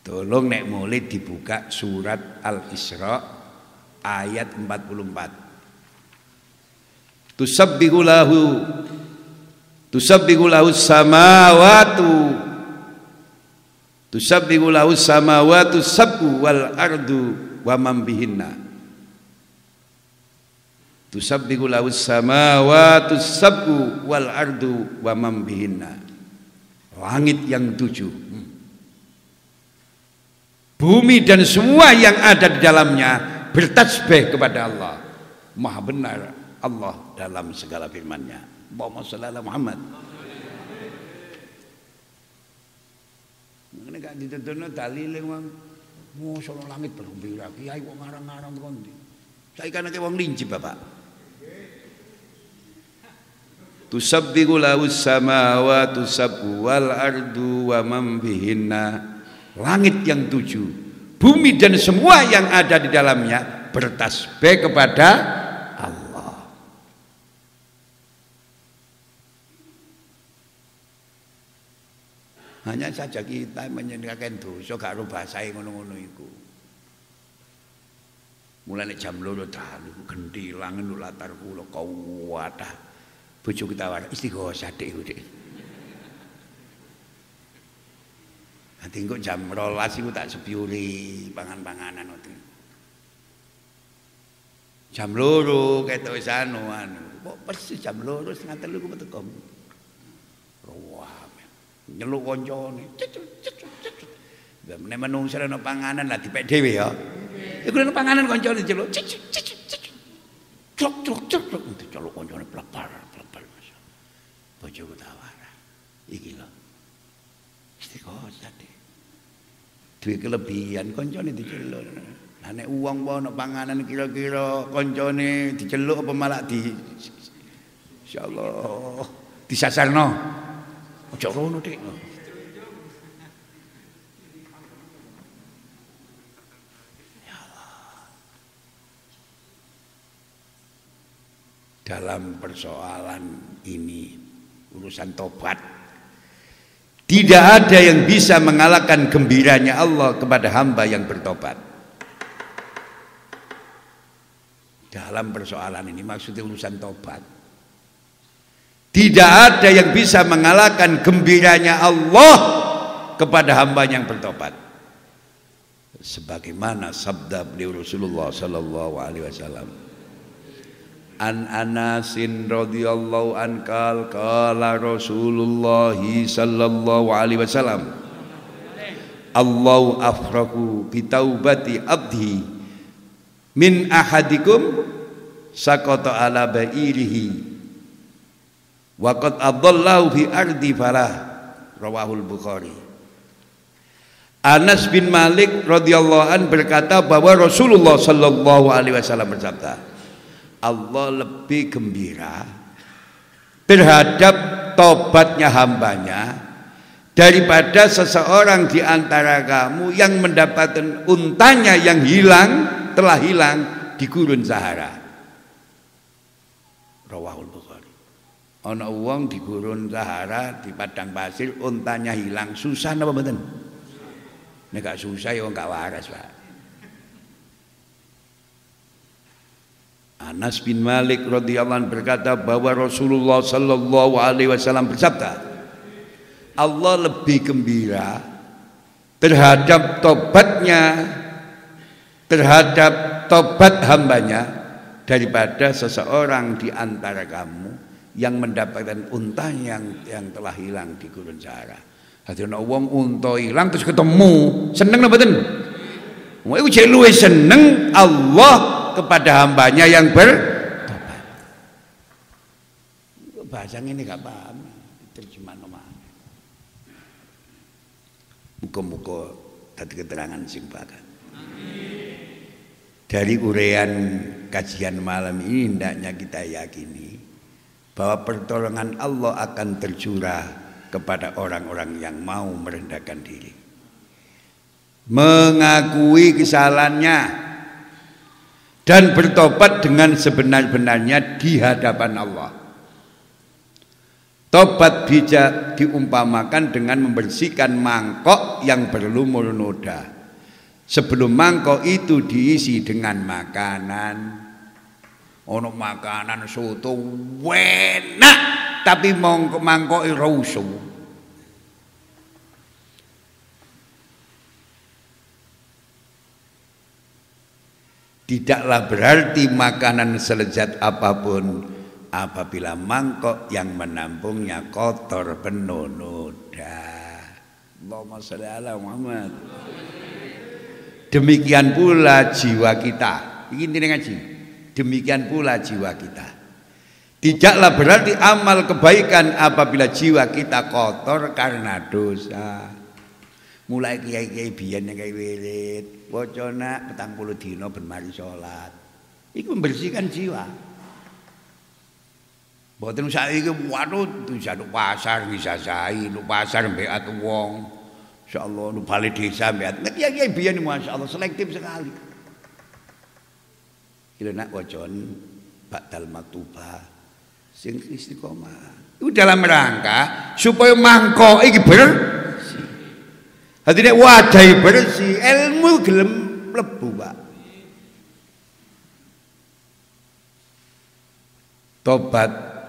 Tolong nek mulai dibuka surat Al-Isra ayat 44. Tusabbihu lahu samawatu sab'u wal ardu wa man bihinna. Tusabbihu lahu samawatu sab'u wal ardu wa man bihinna. Langit yang 7, bumi dan semua yang ada di dalamnya bertasbih kepada Allah. Maha benar Allah dalam segala firman-Nya. Allahumma shalli ala Muhammad. Ngene gak dituturno dalile wong mosok langit bergembira, kiai kok ngarang-ngarang kondi. Saiki kan wong linci, Bapak. Tusabbihu lahu samawati sab'u wal ardu wa man bihinna. Langit yang 7, bumi dan semua yang ada di dalamnya bertasbih kepada Allah. Hanya saja kita menyenengkan dosa gak ro basahe ngono-ngono iku. Mulane jam 2 dalu gentilang lu latar kula kuwatah. Bojo kita wae istighosah Dik. Nanti kok jam 12 iku tak sepiuri pangan-panganan ngoten. Jam 2 ketok wis anu. Kok persis jam 2 setengah 3 ku teko. Wah. Nyeluk koncone. Lah nek menungso ana panganan lah dipek dhewe ya. Iku ana panganan koncone diceluk. Clok diceluk koncone plepar. Bojoku tawara. Iki lho. Istighosah Dik. Duwe kelebihan koncone diceluk. Lah nek wong ana panganan kira-kira koncone diceluk apa malah insyaallah disasarno. Aja ngono Dik. Ya Allah. Dalam persoalan ini urusan tobat, tidak ada yang bisa mengalahkan gembiranya Allah kepada hamba yang bertobat. Dalam persoalan ini maksudnya urusan tobat, tidak ada yang bisa mengalahkan gembiranya Allah kepada hamba yang bertobat. Sebagaimana sabda beliau Rasulullah sallallahu alaihi wasallam, An Anasin radhiyallahu an qala Rasulullah sallallahu alaihi wasallam, Allahu afrahu bi taubati abdi min ahadikum saqata ala ba'irihi wa qad adallahu fi ardi falah. Rawahul Bukhari. Anas bin Malik radhiyallahu an berkata bahwa Rasulullah sallallahu alaihi wasallam bersabda, Allah lebih gembira terhadap tobatnya hambanya daripada seseorang di antara kamu yang mendapatkan untanya yang telah hilang di gurun Sahara. Rawahul Bukhari. Ana wong di gurun Sahara di padang pasir untanya hilang, susah napa mboten? Nek gak susah ya gak waras, Pak. Anas bin Malik radhiyallahu anhu berkata bahwa Rasulullah sallallahu alaihi wasallam bersabda, Allah lebih gembira terhadap tobat hambanya daripada seseorang di antara kamu yang mendapatkan unta yang telah hilang di gurun Sahara. Dadi ana wong unta hilang terus ketemu, seneng napa mboten? Wong iku jek luwih seneng Allah kepada hambanya yang bertobat. Bahasa ini gak paham terjemahan nomor. Muga-muga dadi keterangan sing bakat. Dari uraian kajian malam ini hendaknya kita yakini bahwa pertolongan Allah akan tercurah kepada orang-orang yang mau merendahkan diri, mengakui kesalahannya dan bertobat dengan sebenar-benarnya di hadapan Allah. Tobat bijak diumpamakan dengan membersihkan mangkok yang berlumur noda. Sebelum mangkok itu diisi dengan makanan. Ono makanan soto enak, tapi mangkok rusuh. Tidaklah berarti makanan selezat apapun apabila mangkok yang menampungnya kotor penuh noda. Allahumma sholli ala Muhammad. Demikian pula jiwa kita. Ini ngaji. Demikian pula jiwa kita. Tidaklah berarti amal kebaikan apabila jiwa kita kotor karena dosa. Mulai kiai-kiai biyen yang kayak wirid, wacana 40 dina ben mari salat. Iku membersihkan jiwa. Mboten saiki waduh tuh pasar ngisasai, nu pasar mbekat wong. Insyaallah nu bali desa mbekat. Nek kiai-kiai biyen masyaallah selektif sekali. Kira nak wacan ba'dal maktubah sing istiqomah. Itu dalam rangka supaya mangkok iki bersih. Hadine wadah bersih, ilmu gelem mlebu, Pak. Tobat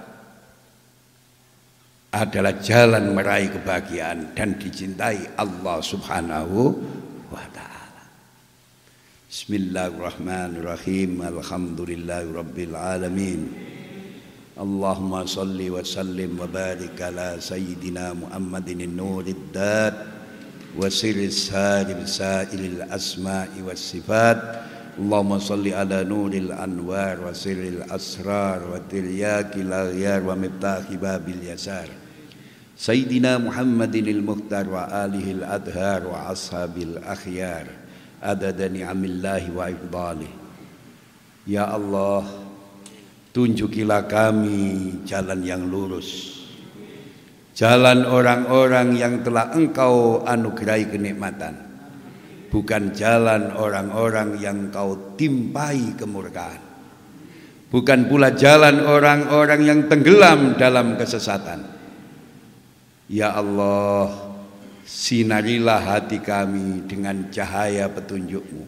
adalah jalan meraih kebahagiaan dan dicintai Allah Subhanahu wa taala. Bismillahirrahmanirrahim. Alhamdulillahirabbil alamin. Allahumma shalli wa sallim wa barik ala sayyidina Muhammadin an-nurid dat wa sirris salim sa'ilil asma'i was sifat. Allahumma shalli ala nuril anwar wa sirril asrar wa tiryakil aghyar wa miftahi babil yasar Sayyidina Muhammadinil mukhtar wa alihil adhar wa ashabil akhyar adada ni'amillahi wa ifdalih. Ya Allah, tunjukilah kami jalan yang lurus, jalan orang-orang yang telah Engkau anugerahi kenikmatan, bukan jalan orang-orang yang Kau timpai kemurkaan, bukan pula jalan orang-orang yang tenggelam dalam kesesatan. Ya Allah, sinarilah hati kami dengan cahaya petunjuk-Mu,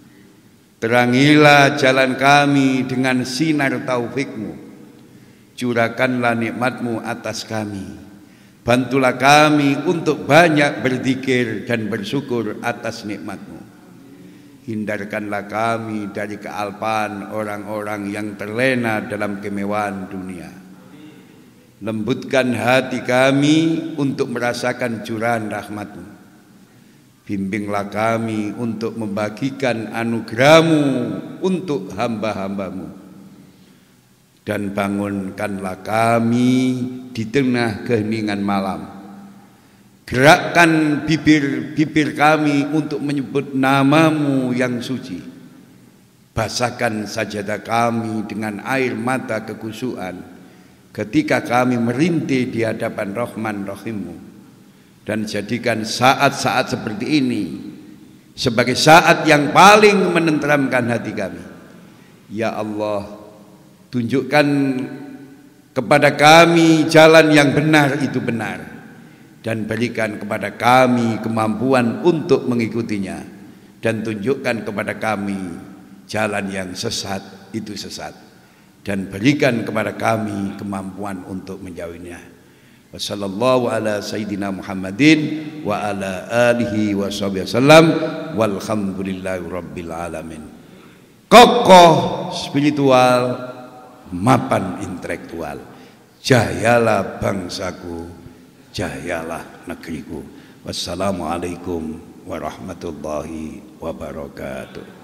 terangilah jalan kami dengan sinar taufik-Mu, curahkanlah nikmat-Mu atas kami, bantulah kami untuk banyak berzikir dan bersyukur atas nikmat-Mu. Hindarkanlah kami dari kealpaan orang-orang yang terlena dalam kemewahan dunia. Lembutkan hati kami untuk merasakan curahan rahmat-Mu. Bimbinglah kami untuk membagikan anugerah-Mu untuk hamba-hamba-Mu. Dan bangunkanlah kami di tengah keheningan malam. Gerakkan bibir-bibir kami untuk menyebut nama-Mu yang suci. Basahkan sajadah kami dengan air mata kekhusyuan ketika kami merintih di hadapan Rahman Rahim-Mu. Dan jadikan saat-saat seperti ini sebagai saat yang paling menenteramkan hati kami. Ya Allah, tunjukkan kepada kami jalan yang benar itu benar, dan berikan kepada kami kemampuan untuk mengikutinya, dan tunjukkan kepada kami jalan yang sesat itu sesat, dan berikan kepada kami kemampuan untuk menjauhinya. Wassallallahu ala sayyidina Muhammadin wa ala alihi wa sahbihi wasallam walhamdulillahi rabbil alamin. Kokoh spiritual, mapan intelektual, jayalah bangsaku, jayalah negeriku. Wassalamualaikum warahmatullahi wabarakatuh.